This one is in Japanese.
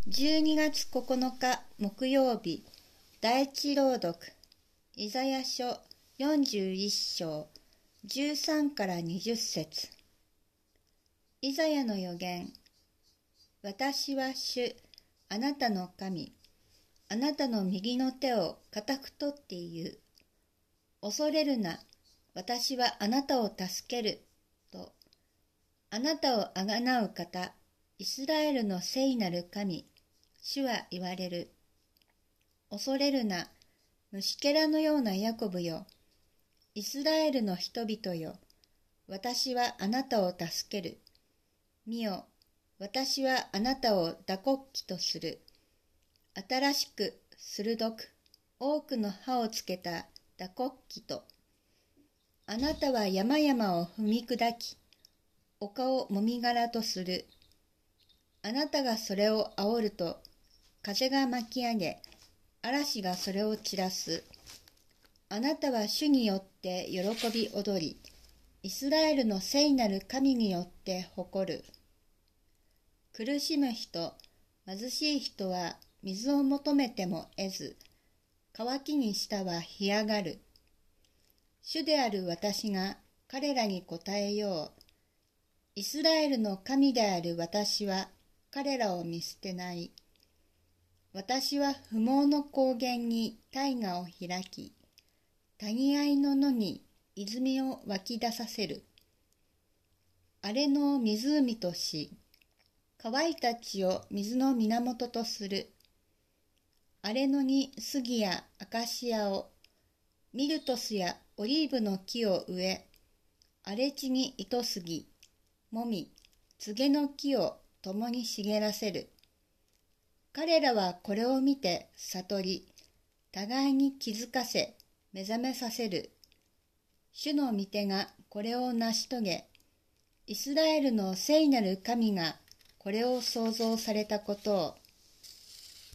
12月9日木曜日、第一朗読、イザヤ書41章13から20節。イザヤの預言。私は主、あなたの神、あなたの右の手を固く取って言う。恐れるな、私はあなたを助ける、と。あなたをあがなう方、イスラエルの聖なる神、主は言われる。恐れるな、虫けらのようなヤコブよ。イスラエルの人々よ。私はあなたを助ける。見よ、私はあなたを打刻器とする。新しく、鋭く、多くの刃をつけた打刻器と。あなたは山々を踏み砕き、丘をもみ殻とする。あなたがそれを煽ると、風が巻き上げ、嵐がそれを散らす。あなたは主によって喜び踊り、イスラエルの聖なる神によって誇る。苦しむ人、貧しい人は水を求めても得ず、渇きに舌は干上がる。主である私が彼らに答えよう。イスラエルの神である私は彼らを見捨てない。私は不毛の高原に大河を開き、谷合の野に泉を湧き出させる。荒れの湖とし、乾いた地を水の源とする。荒れ野に杉やアカシアを、ミルトスやオリーブの木を植え、荒れ地に糸杉、もみ、つげの木を共に茂らせる。彼らはこれを見て悟り、互いに気づかせ、目覚めさせる。主の御手がこれを成し遂げ、イスラエルの聖なる神がこれを創造されたことを、